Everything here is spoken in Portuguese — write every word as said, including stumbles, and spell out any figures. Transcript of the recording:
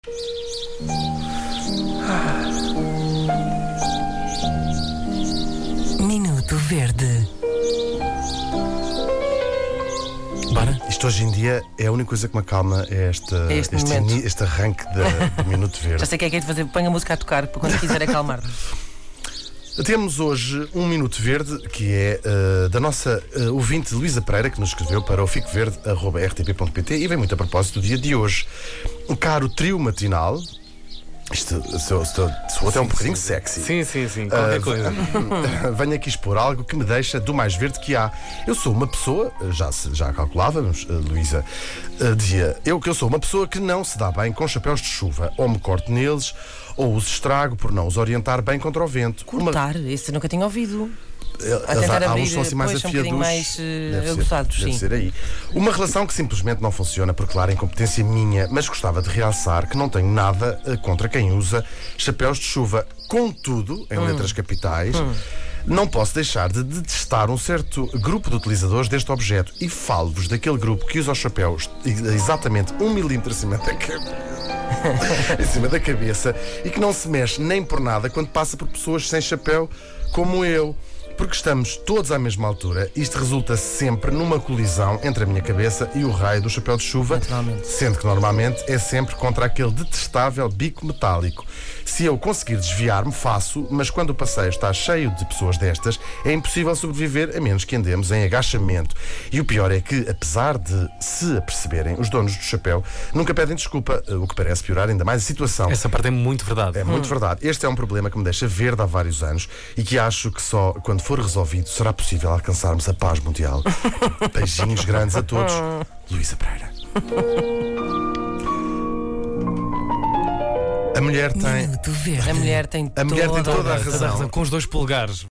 Minuto Verde. Bora. Isto hoje em dia é a única coisa que me acalma, é esta, É este este, momento. ini- este arranque da- do Minuto Já Verde. sei o que é que é de fazer. Põe a música a tocar para quando quiser acalmar. Temos hoje um Minuto Verde que é uh, da nossa uh, ouvinte Luísa Pereira, que nos escreveu para o fico verde arroba r t p ponto p t e vem muito a propósito do dia de hoje. Um caro trio matinal. Isto sou, sou, sou até um bocadinho sexy. Sim, sim, sim, qualquer Uh, coisa. Venho aqui expor algo que me deixa do mais verde que há. Eu sou uma pessoa, já, se- já calculávamos, uh, Luísa uh, dizia, eu que eu sou uma pessoa que não se dá bem com chapéus de chuva. Ou me corto neles, ou os estrago por não os orientar bem contra o vento. Uma- Cortar, esse eu nunca tinha ouvido. Há, tentar há abrir, uns que são assim mais pois, são um bocadinho afiados. mais, eh, Deve ser, aguçados, deve sim. ser aí. Uma relação que simplesmente não funciona por clara incompetência minha, mas gostava de realçar que não tenho nada eh, contra quem usa chapéus de chuva. Contudo, em letras capitais, não posso deixar de detestar um certo grupo de utilizadores deste objeto. E falo-vos daquele grupo que usa os chapéus exatamente um milímetro acima da cabeça. em cima da cabeça e que não se mexe nem por nada quando passa por pessoas sem chapéu como eu. Porque estamos todos à mesma altura, isto resulta sempre numa colisão entre a minha cabeça e o raio do chapéu de chuva, Naturalmente. sendo que normalmente é sempre contra aquele detestável bico metálico. Se eu conseguir desviar-me, faço, mas quando o passeio está cheio de pessoas destas, é impossível sobreviver a menos que andemos em agachamento. E o pior é que, apesar de se aperceberem, os donos do chapéu nunca pedem desculpa, o que parece piorar ainda mais a situação. Essa parte é muito verdade. É muito verdade. Este é um problema que me deixa verde há vários anos e que acho que só quando for resolvido será possível alcançarmos a paz mundial. Beijinhos grandes a todos. Luísa Pereira. A mulher tem. Minuto Verde. A mulher tem A mulher tem toda toda a razão. razão. Com os dois polegares.